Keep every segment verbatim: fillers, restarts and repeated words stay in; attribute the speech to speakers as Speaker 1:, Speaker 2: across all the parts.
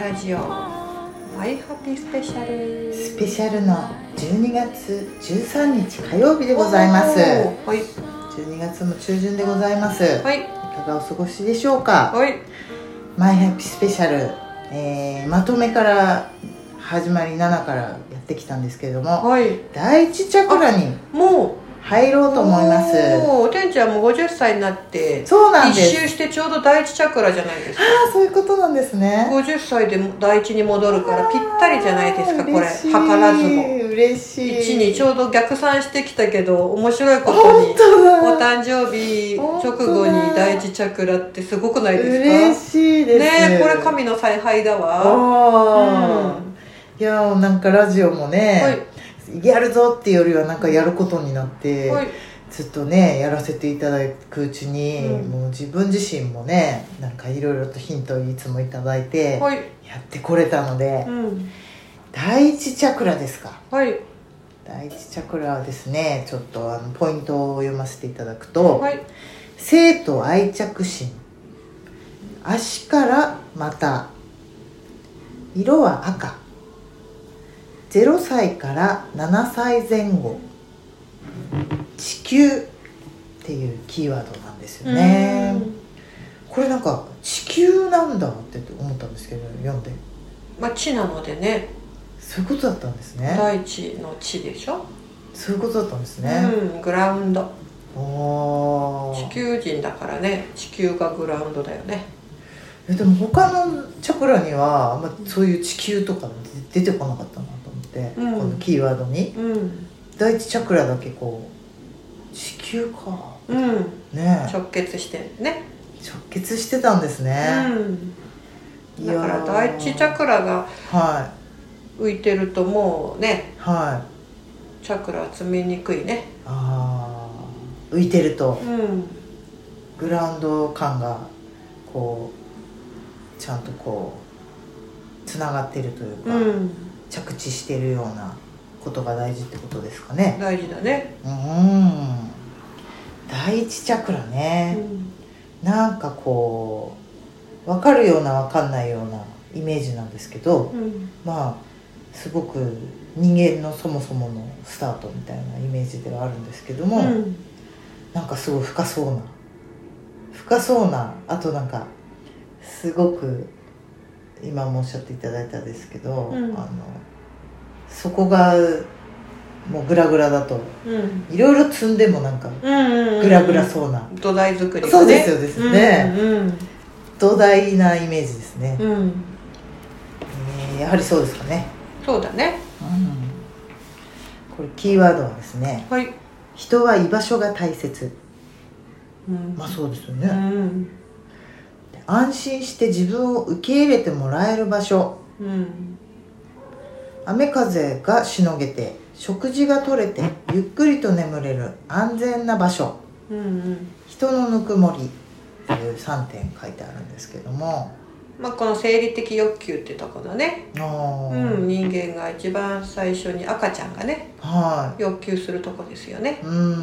Speaker 1: ラジオマイハピスペシャル
Speaker 2: スペシャルのじゅうにがつじゅうさんにち火曜日でございます。
Speaker 1: はい、
Speaker 2: じゅうにがつも中旬でございます。
Speaker 1: はい、
Speaker 2: いかがお過ごしでしょうか。
Speaker 1: はい、
Speaker 2: マイハピスペシャル、えー、まとめから始まりななからやってきたんですけれども、
Speaker 1: はい、
Speaker 2: 第一チャクラに
Speaker 1: もう
Speaker 2: 入ろうと思います。
Speaker 1: おてんちゃんもごじゅっさいになって
Speaker 2: そうなんです。
Speaker 1: 一周してちょうど第一チャクラじゃないですか。
Speaker 2: ああ、そういうことなんですね。
Speaker 1: ごじゅっさいで第一に戻るからぴったりじゃないですか。これ
Speaker 2: 図
Speaker 1: 図らずも
Speaker 2: 嬉しい。
Speaker 1: いちにちょうど逆算してきたけど、面白いことにお誕生日直後に第一チャクラってすごくないですか。
Speaker 2: 嬉しいです
Speaker 1: ね。これ神の采配だわ。
Speaker 2: あ、うん、いやなんかラジオもね、はい、やるぞっていうよりはなんかやることになって、はい、ずっとねやらせていただくうちに、うん、もう自分自身もねなんかいろいろとヒントをいつもいただいて、はい、やってこれたので、うん、第一チャクラですか。
Speaker 1: はい、
Speaker 2: 第一チャクラはですね、ちょっとあのポイントを読ませていただくと、はい、生と愛着心、足からまた、色は赤、ゼロさいからななさいぜん後、地球っていうキーワードなんですよね。これなんか地球なんだって思ったんですけど、読んで、
Speaker 1: まあ地なのでね、
Speaker 2: そういうことだったんですね。
Speaker 1: 大地の地でしょ。
Speaker 2: そういうことだったんですね。
Speaker 1: うん、グラウンド。
Speaker 2: お
Speaker 1: 地球人だからね、地球がグラウンドだよね。
Speaker 2: えでも他のチャクラには、まあ、そういう地球とか出てこなかったなと思って、うん、このキーワードに、うん、第一チャクラだけこう地球か、
Speaker 1: うん、
Speaker 2: ね、
Speaker 1: 直結してね。
Speaker 2: 直結してたんですね。
Speaker 1: うん、だから第一チャクラが浮いてるともうね、はい、チャクラは積みにくいね。
Speaker 2: ああ、浮いてると、
Speaker 1: うん、
Speaker 2: グラウンド感がこうちゃんとこうつながってるというか、うん、着地してるようなことが大事ってことですかね。
Speaker 1: 大事だね。
Speaker 2: うん、第一チャクラね、うん、なんかこう分かるような分かんないようなイメージなんですけど、うん、まあすごく人間のそもそものスタートみたいなイメージではあるんですけども、うん、なんかすごい深そうな深そうなあとなんかすごく今もおっしゃっていただいたんですけど、うん、あのそこがもうグラグラだと、いろいろ積んでもなんかグラグラそうな、うん、
Speaker 1: 土台作りがね。
Speaker 2: そうですよですね、
Speaker 1: うんうん、
Speaker 2: 土台なイメージですね、うん、えー、やはりそうですかね。
Speaker 1: そうだね、うん、
Speaker 2: これキーワードはですね、はい、人は居場所が大切、うん、まあそうですよね、うん、安心して自分を受け入れてもらえる場所、うん、雨風がしのげて食事が取れてゆっくりと眠れる安全な場所、うんうん、人のぬくもりというさんてん書いてあるんですけども、
Speaker 1: まあ、この生理的欲求ってとこだね、うん、人間が一番最初に赤ちゃんがね、はい、欲求するとこですよね。うん、うん、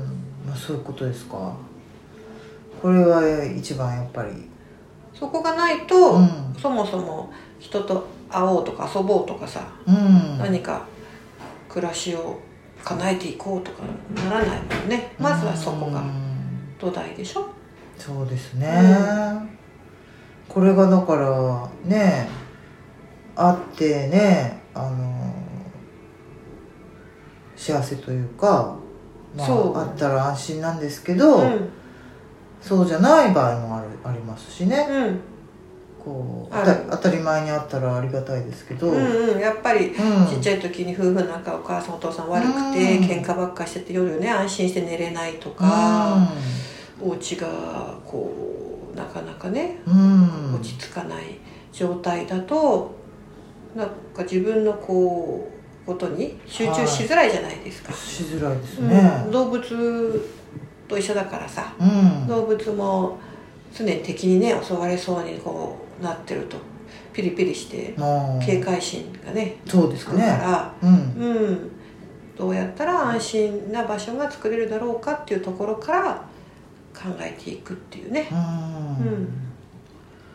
Speaker 2: まあ、そういうことですか。これは一番やっぱり
Speaker 1: そこがないと、うん、そもそも人と会おうとか遊ぼうとかさ、うん、何か暮らしを叶えていこうとかならないもんね。まずはそこが土台でしょ。
Speaker 2: そうですね、うん、これがだからねあってね、あの幸せというか、まあ、あったら安心なんですけど、うん、そうじゃない場合もある、ありますしね、うん、こう当たり前にあったらありがたいですけど、
Speaker 1: うんうん、やっぱり、うん、ちっちゃい時に夫婦仲お母さんお父さん悪くて、うん、喧嘩ばっかしてて夜ね安心して寝れないとか、うん、お家がこうなかなかね、うん、落ち着かない状態だとなんか自分のこうことに集中しづらいじゃないですか。
Speaker 2: しづらいですね、
Speaker 1: うん、動物と一緒だからさ、うん、動物も常に敵にね襲われそうにこうなってるとピリピリして警戒心がね
Speaker 2: そうですね、
Speaker 1: から、うんうん、どうやったら安心な場所が作れるだろうかっていうところから考えていくっていうね、うん、うん、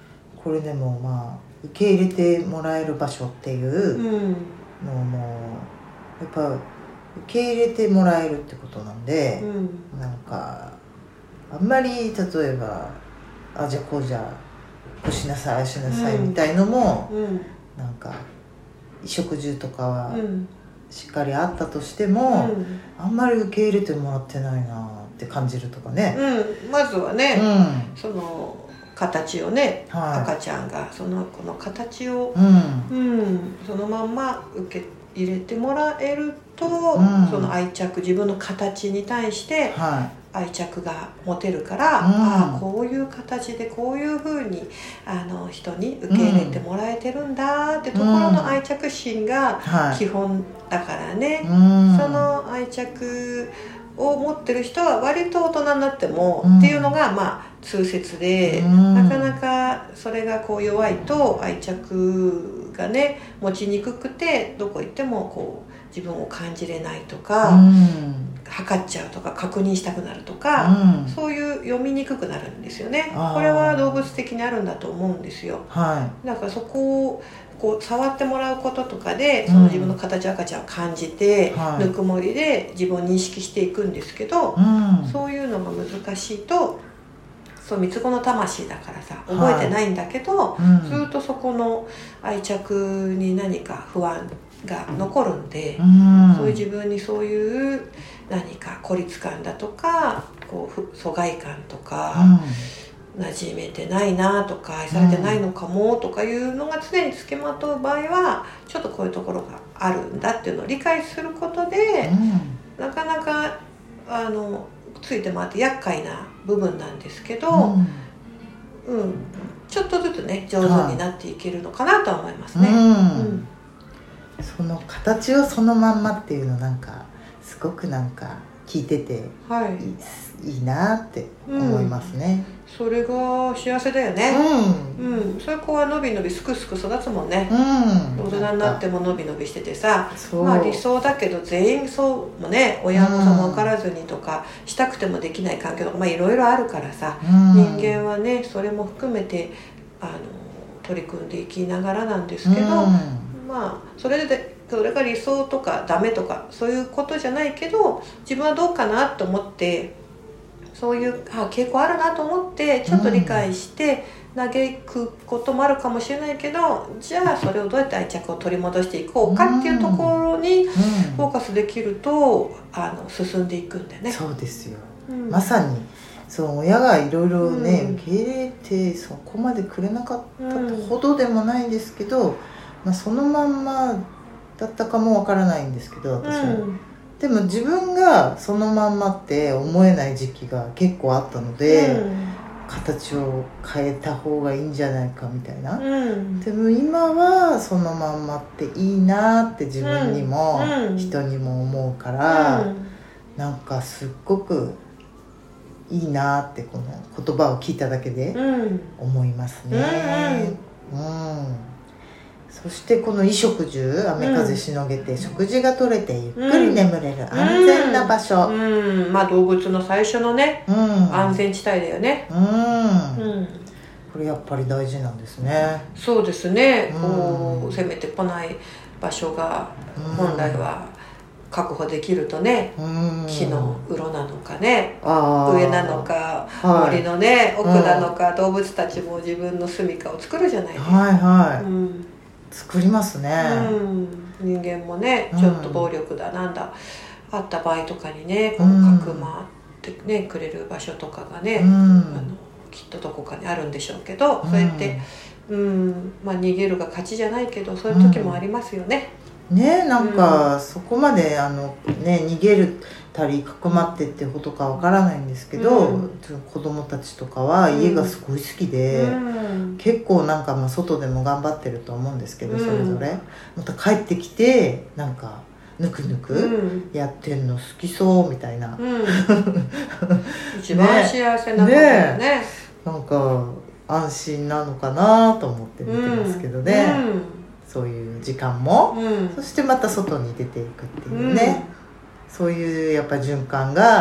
Speaker 2: これでもまあ受け入れてもらえる場所っていうのもやっぱ受け入れてもらえるってことなんで、うん、なんかあんまり例えばあじゃあこうじゃこうしなさいしなさいみたいのも、うん、なんか衣食住とかはしっかりあったとしても、うん、あんまり受け入れてもらってないなって感じるとかね、
Speaker 1: うん、まずはね、うん、その形をね、はい、赤ちゃんがそのこの形を、うんうん、そのまんま受け入れてもらえると、うん、その愛着自分の形に対して愛着が持てるから、はい、ああこういう形でこういう風にあの人に受け入れてもらえてるんだってところの愛着心が基本だからね、うん、その愛着を持ってる人は割と大人になっても、うん、っていうのがまあ通説で、うん、なかなかそれがこう弱いと愛着がね持ちにくくてどこ行ってもこう自分を感じれないとか、うん、測っちゃうとか確認したくなるとか、うん、そういう読みにくくなるんですよね。これは動物的にあるんだと思うんですよ、はい、だからそこをこう触ってもらうこととかでその自分の形赤ちゃんを感じて、うん、ぬくもりで自分を認識していくんですけど、うん、そういうのが難しいとそう三つ子の魂だからさ覚えてないんだけど、はいうん、ずっとそこの愛着に何か不安が残るんで、うん、そういう自分にそういう何か孤立感だとかこう疎外感とか、うん、馴染めてないなとか愛されてないのかもとかいうのが常につきまとう場合はちょっとこういうところがあるんだっていうのを理解することで、うん、なかなかあのついて回って厄介な部分なんですけど、うんうん、ちょっとずつね上手になっていけるのかなとは思いますね、うんうん、
Speaker 2: その形をそのまんまっていうのなんかすごくなんか聞いてて、はい、いい, いいなって思いますね、
Speaker 1: うん、それが幸せだよね、うんうん、そういう子はのびのびすくすく育つもんね、うん、大人になってものびのびしててさ、まあ理想だけど全員そうもね親御さんも分からずにとか、うん、したくてもできない環境とかまあいろいろあるからさ、うん、人間はねそれも含めてあの取り組んでいきながらなんですけど、うん、まあそれでそれが理想とかダメとかそういうことじゃないけど自分はどうかなと思ってそういうあ傾向あるなと思ってちょっと理解して嘆くこともあるかもしれないけど、うん、じゃあそれをどうやって愛着を取り戻していこうかっていうところにフォーカスできるとあの進んでいくんだよね。
Speaker 2: そうですよ、うん、まさにそう親がいろいろね、うん、受け入れてそこまでくれなかったほどでもないんですけど、まあ、そのまんまだったかもわからないんですけど私は、うん、でも自分がそのまんまって思えない時期が結構あったので、うん、形を変えた方がいいんじゃないかみたいな、うん、でも今はそのまんまっていいなって自分にも、うん、人にも思うから、うん、なんかすっごくいいなってこの言葉を聞いただけで思いますね、うんうんうんそしてこの衣食住雨風しのげて、うん、食事が取れてゆっくり眠れる安全な場所、
Speaker 1: うんうん、まあ動物の最初のね、うん、安全地帯だよね、うん
Speaker 2: うん、これやっぱり大事なんですね。
Speaker 1: そうですね、うん、こう攻めてこない場所が本来は確保できるとね、うん、木の鱗なのかね上なのか、はい、森のね奥なのか、うん、動物たちも自分の住処を作るじゃないですか、
Speaker 2: はいはい、うん作りますね、
Speaker 1: うん、人間もねちょっと暴力だなんだ、うん、あった場合とかにねこのかくまってね、うん、くれる場所とかがね、うん、あのきっとどこかにあるんでしょうけど、うん、そうやって、うんまあ、逃げるが勝ちじゃないけどそういう時もありますよね、
Speaker 2: うん、ねなんか、うん、そこまであの、ね、逃げるたりかくまってってほどかわからないんですけど、うん、子供たちとかは家がすごい好きで、うん、結構なんかまあ外でも頑張ってると思うんですけど、うん、それぞれまた帰ってきてなんかぬくぬくやってんの好きそうみたいな、うん、
Speaker 1: 一番幸せなことだね、ね
Speaker 2: なんか安心なのかなと思って見てますけどね、うん、そういう時間も、うん、そしてまた外に出ていくっていうね、うんそういうやっぱ循環が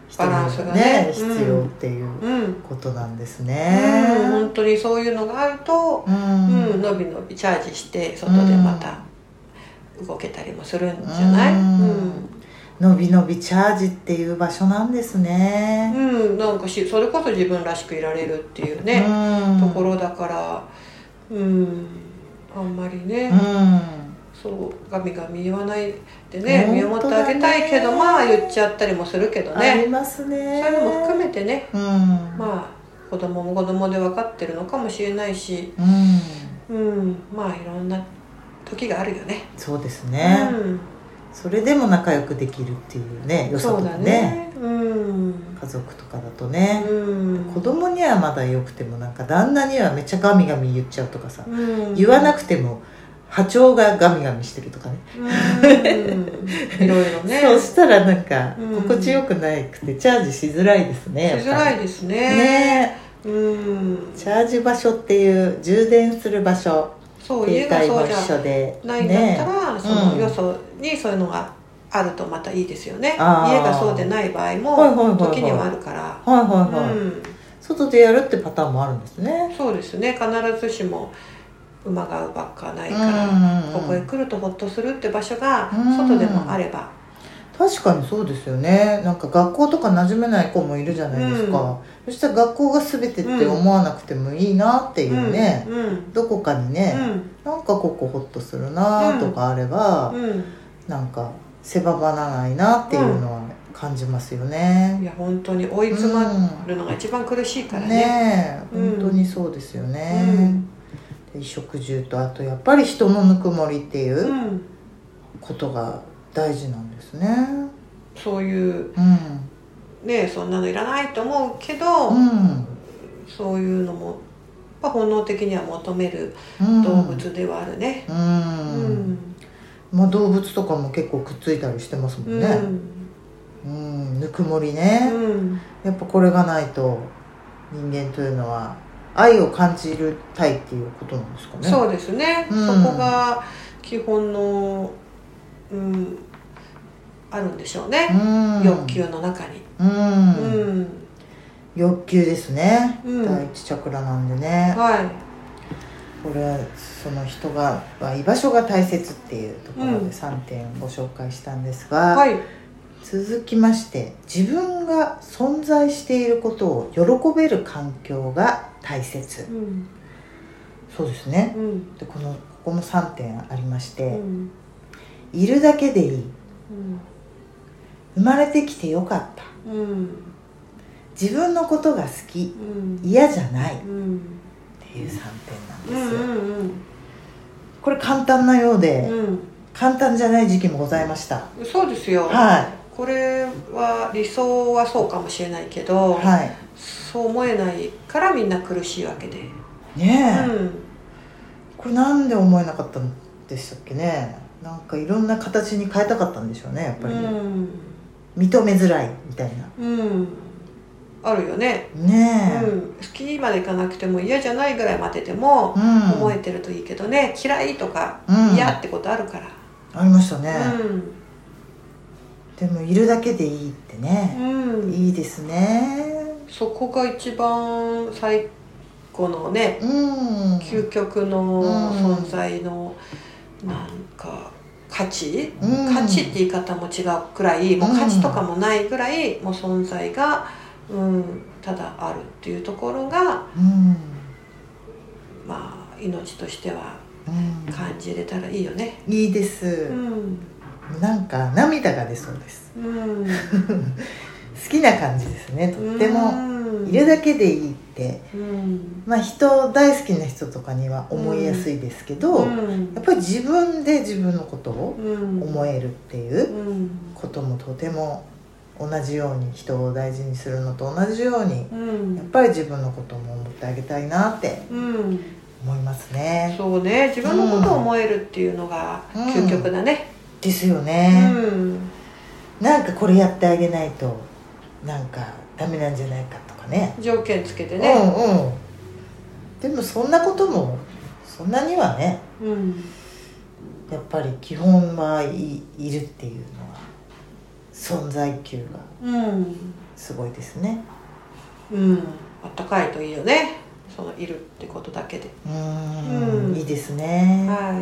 Speaker 1: バランスがね、
Speaker 2: 必要っていうことなんですね、
Speaker 1: うんうん、本当にそういうのがあると、うんうん、のびのびチャージして外でまた動けたりもするんじゃない、うんうん、
Speaker 2: のびのびチャージっていう場所なんですね。
Speaker 1: うん、なんかしそれこそ自分らしくいられるっていうね、うん、ところだから、うん、あんまりね、うん、そうガミガミ言わないでね、見守ってあげたいけど、まあ言っちゃったりもするけどね。
Speaker 2: ありますね。
Speaker 1: そういうのも含めてね、うん、まあ子供も子供で分かってるのかもしれないし、うん、うん、まあいろんな時があるよね。
Speaker 2: そうですね。うん、それでも仲良くできるっていうね、良さとかね、うん、家族とかだとね、うん、子供にはまだ良くてもなんか旦那にはめっちゃガミガミ言っちゃうとかさ、うん、言わなくても波長がガミガミしてるとかね、
Speaker 1: うんいろいろね。
Speaker 2: そうしたらなんか心地よくなくてチャージしづらいですね。
Speaker 1: しづらいですね。
Speaker 2: ね、うん、チャージ場所っていう充電する場所、
Speaker 1: そう家がそうじゃないんだったら、ね、そのよそにそういうのがあるとまたいいですよね。家がそうでない場合も時にはあるから、
Speaker 2: はいはいはい、うん、外でやるってパターンもあるんですね。
Speaker 1: そうですね。必ずしも馬が合うばっかないから、うんうんうん、ここへ来るとホッとするって場所が外でもあれば、
Speaker 2: うん、確かにそうですよね。なんか学校とか馴染めない子もいるじゃないですか、うん、そしたら学校が全てって思わなくてもいいなっていうね、うんうん、どこかにね、うん、なんかここホッとするなとかあれば、うん、なんか狭まらないなっていうのは感じますよね、
Speaker 1: うん、いや本当に追い詰まるのが一番苦しいからね、
Speaker 2: ねえ、うん、本当にそうですよね、うん衣食住とあとやっぱり人のぬくもりっていうことが大事なんですね、うん、
Speaker 1: そういう、うん、ねそんなのいらないと思うけど、うん、そういうのも本能的には求める動物ではあるね、うんうん
Speaker 2: うんまあ、動物とかも結構くっついたりしてますもんね、うん、うん、ぬくもりね、うん、やっぱこれがないと人間というのは愛を感じるたいっていうことなんですかね。
Speaker 1: そうですね、うん、そこが基本の、うん、あるんでしょうね、うん、欲求の中に、うん
Speaker 2: うん、欲求ですね、うん、第一チャクラなんでね、はい、これその人が居場所が大切っていうところでさんてんご紹介したんですが、うんはい、続きまして自分が存在していることを喜べる環境が大切、うん、そうですね、うん、でこのここもさんてんありまして、うん、いるだけでいい、うん、生まれてきてよかった、うん、自分のことが好き、うん、嫌じゃない、うん、っていうさんてんなんですよ、うんうんうん、これ簡単なようで、うん、簡単じゃない時期もございました。
Speaker 1: そうですよ、はい、これは理想はそうかもしれないけど、はい、そう思えないからみんな苦しいわけで
Speaker 2: ねえ、うん、これなんで思えなかったんでしたっけね。なんかいろんな形に変えたかったんでしょうねやっぱり、うん、認めづらいみたいな、うん、
Speaker 1: あるよね
Speaker 2: ねえ、
Speaker 1: うん、好きまでいかなくても嫌じゃないぐらい待てても、うん、思えてるといいけどね、嫌いとか、うん、嫌ってことあるから。
Speaker 2: ありましたね、うんでもいるだけでいいってね、うん、いいですね。
Speaker 1: そこが一番最後のね、うん、究極の存在のなんか価値、うん、価値って言い方も違うくらいもう価値とかもないぐらいもう存在が、うん、ただあるっていうところが、うん、まあ命としては感じれたらいいよね、
Speaker 2: うん、いいです、うんなんか涙が出そうです、うん、好きな感じですね。とってもいるだけでいいって、うん、まあ人大好きな人とかには思いやすいですけど、うん、やっぱり自分で自分のことを思えるっていうこともとても同じように人を大事にするのと同じように、うん、やっぱり自分のことも思ってあげたいなって思いますね、
Speaker 1: そうね、自分のことを思えるっていうのが究極だね、
Speaker 2: ですよね、うん、なんかこれやってあげないとなんかダメなんじゃないかとかね、
Speaker 1: 条件つけてね、
Speaker 2: うんうん、でもそんなこともそんなにはね、うん、やっぱり基本はい、いるっていうのは存在級が、うん、 すごいですね。
Speaker 1: うんあったかいといいよね、そのいるってことだけで。
Speaker 2: うーん、うん、いいですね。
Speaker 1: はい、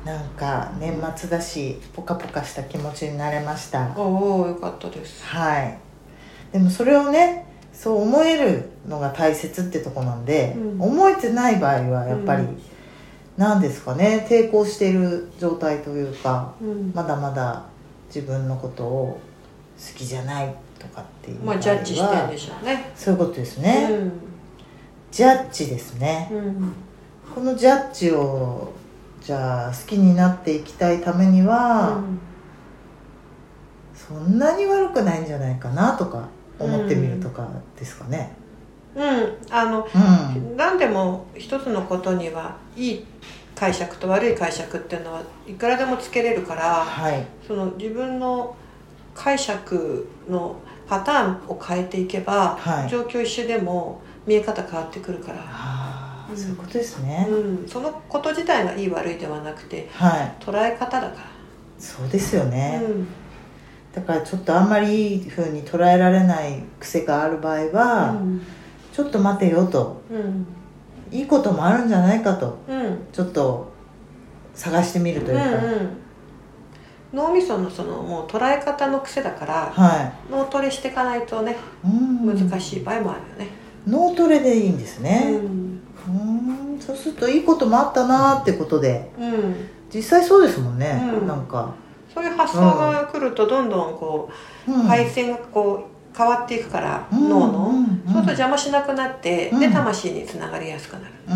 Speaker 2: なんか年末だしポカポカした気持ちになれました。
Speaker 1: おおよかったです。
Speaker 2: はい。でもそれをねそう思えるのが大切ってとこなんで、うん、思えてない場合はやっぱり、うん、なんですかね、抵抗している状態というか、うん、まだまだ自分のことを好きじゃないとかっていう場合は、
Speaker 1: まあ、ジャッジしてるんでしょうね。
Speaker 2: そういうことですね、うん、ジャッジですね、うん、このジャッジをじゃあ好きになっていきたいためには、うん、そんなに悪くないんじゃないかなとか思ってみるとかですかね。
Speaker 1: うん、うん、あの、うん、何でも一つのことにはいい解釈と悪い解釈っていうのはいくらでもつけれるから、はい、その自分の解釈のパターンを変えていけば、はい、状況一緒でも見え方変わってくるから、は
Speaker 2: あ、うん、そういうことですね、
Speaker 1: うん、そのこと自体がいい悪いではなくて、はい、捉え方だから。
Speaker 2: そうですよね、うん、だからちょっとあんまりいい風に捉えられない癖がある場合は、うん、ちょっと待てよと、うん、いいこともあるんじゃないかと、うん、ちょっと探してみるというか、うんうん、
Speaker 1: 脳みそのそのもう捉え方の癖だから、はい、脳トレしていかないとね、うん、難しい場合もあるよね。
Speaker 2: 脳トレでいいんですね、うん、うんそうするといいこともあったなってことで、うん、実際そうですもんね、うん、なんか
Speaker 1: そういう発想が来るとどんどんこう、うん、配線がこう変わっていくから、うん、脳の、うん、そうすると邪魔しなくなって、うん、で魂につながりやすくなる、ね、うん、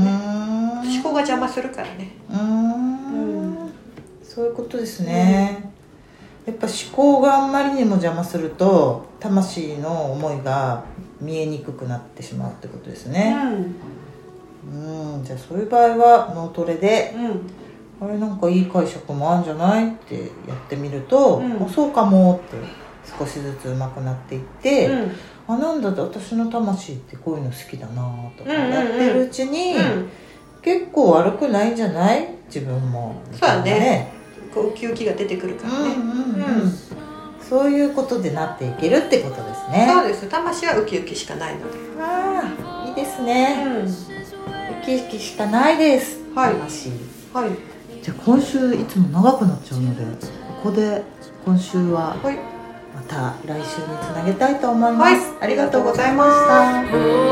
Speaker 1: 思考が邪魔するからね。うん、
Speaker 2: うん、そういうことですね、うん、やっぱ思考があんまりにも邪魔すると魂の思いが見えにくくなってしまうってことですね、うん、うん、じゃあそういう場合は脳トレで、うん、あれなんかいい解釈もあるんじゃないってやってみると、うん、あそうかもって少しずつ上手くなっていって、うん、あなんだって私の魂ってこういうの好きだなとかやってるうちに、うんうんうん、結構悪くないんじゃない自分も、
Speaker 1: そうだね、こうウキウキが出てくるからね、うんうんうんうん、
Speaker 2: そういうことでなっていけるってことですね。
Speaker 1: そうです、魂はウキウキしかないので。
Speaker 2: ああいいですね、うん、ウキウキしかないです、はい、魂、はい、じゃあ今週いつも長くなっちゃうのでここで今週はまた来週につなげたいと思います、はい、
Speaker 1: ありがとうございました。